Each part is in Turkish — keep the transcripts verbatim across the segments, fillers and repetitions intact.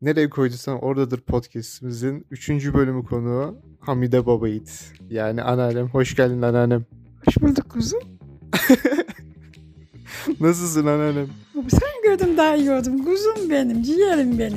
Nereye koyduysan oradadır podcastimizin üçüncü bölümü konuğu Hamide Babayiğit. Yani anneannem. Hoş geldin anneannem. Hoş bulduk kuzum. Nasılsın anneannem? Sen gördüm daha iyi oldum. Kuzum benim, ciğerim benim.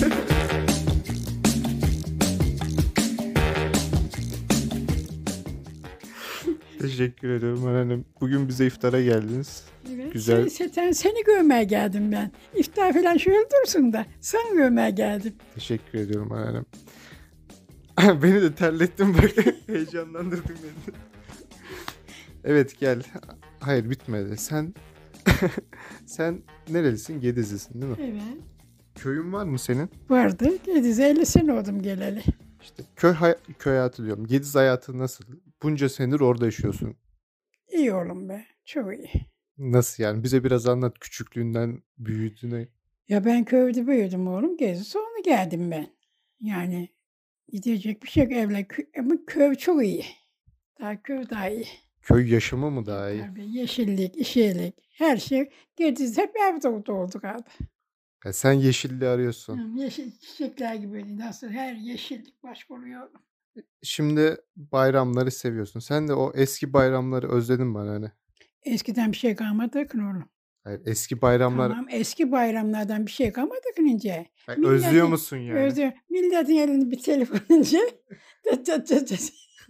Teşekkür ederim anneannem. Bugün bize iftara geldiniz. Evet, Güzel. Sen, sen, seni görmeye geldim ben. İftar falan şöyle dursun da. Sen görmeye geldim. Teşekkür ediyorum anneannem. Beni de terlettin bak. Heyecanlandırdın beni. Evet gel. Hayır bitmedi. Sen sen nerelisin? Gedizlisin değil mi? Evet. Köyün var mı senin? Vardı. Gediz elli sene oldum geleli. İşte köy hay- köy hayatı diyorum. Gediz hayatı nasıl? Bunca senedir orada yaşıyorsun. İyi oğlum be. Çok iyi. Nasıl yani? Bize biraz anlat küçüklüğünden büyüdüğüne. Ya ben köyde büyüdüm oğlum. Gezi sonra geldim ben. Yani gidecek bir şey yok evle. Kö- Ama köy çok iyi. Daha köy daha iyi. Köy yaşamı mı daha iyi? Tabii yeşillik, işelik, her şey. Gediz hep evde olduk abi. Ya sen yeşilliği arıyorsun. Hmm, Yeşil çiçekler gibi nasıl her yeşillik baş oluyor. Şimdi bayramları seviyorsun. Sen de o eski bayramları özledin mi hani? Eskiden bir şey kalmadı ki oğlum. Hayır, eski bayramlar. Tamam eski bayramlardan bir şey kalmadı ki ince. Hayır, özlüyor musun yani? Özlüyor. Milletin elinde bir telefon ince. Tıt tıt tıt tıt.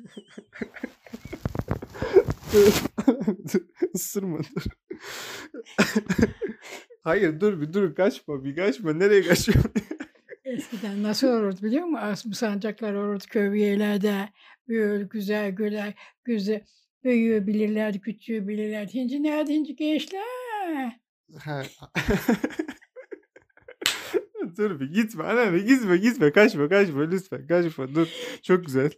Isırma dur. Hayır dur bir dur kaçma bir kaçma. Nereye kaçıyorsun? Eskiden nasıl olurdu biliyor musun? Asım sancaklar olurdu köylerde. Böyle güzel güzel güzel. Büyüğü bilirlerdi, küçüğü bilirlerdi. Hinci nerede hinci gençler? Ha. Dur bir gitme anneanne gitme gitme kaçma kaçma lütfen kaçma dur çok güzel.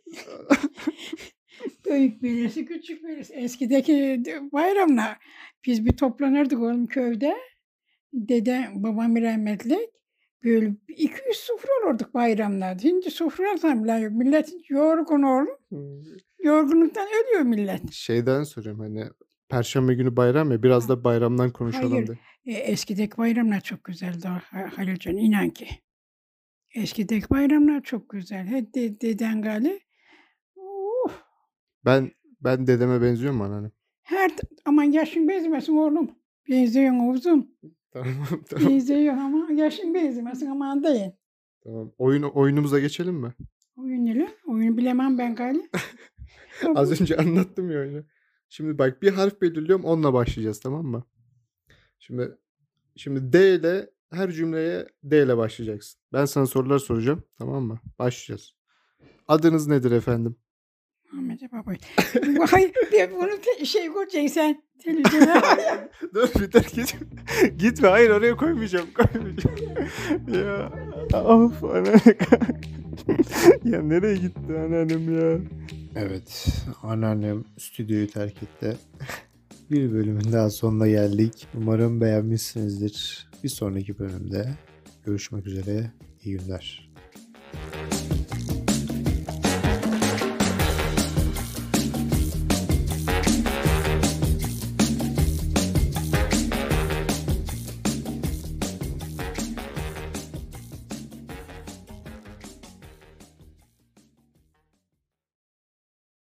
Büyük birisi, küçük birisi. Eskideki bayramlar. Biz bir toplanırdık oğlum köyde. Dede, babam rahmetli. Böyle iki yüz sofra olurduk bayramlarda. Şimdi sofra bile yok. Millet yorgun oğlum. Yorgunluktan ölüyor millet. Şeyden soruyorum hani Perşembe günü bayram ya biraz da bayramdan konuşalım Hayır. de. E, eskideki bayramlar çok güzeldi Halilcan inan ki. Eskideki bayramlar çok güzel. He, de, deden gali. Uh, Ben ben dedeme benziyor mu anneannem? her aman yaşın benzemesin oğlum. Benziyorsun uzun. Tamam tamam. Benziyor ama yaşın benzemesin aman değil. Tamam. Oyun oyunumuza geçelim mi? Oyun ne? Oyunu bilemem ben gali. Az önce anlattım ya oyunu. Şimdi bak bir harf belirliyorum onunla başlayacağız tamam mı? Şimdi şimdi D ile her cümleye D ile başlayacaksın. Ben sana sorular soracağım tamam mı? Başlayacağız. Adınız nedir efendim? Ahmet Baba. Vay bir bunu te- şey koyacaksın sen televizyona. Dur bir dur gitme. Gitme hayır oraya koymayacağım koymayacağım. Ya of anneanne. Ya nereye gitti anneannem ya? Evet anneannem stüdyoyu terk etti. Bir bölümün daha sonuna geldik. Umarım beğenmişsinizdir. Bir sonraki bölümde görüşmek üzere. İyi günler.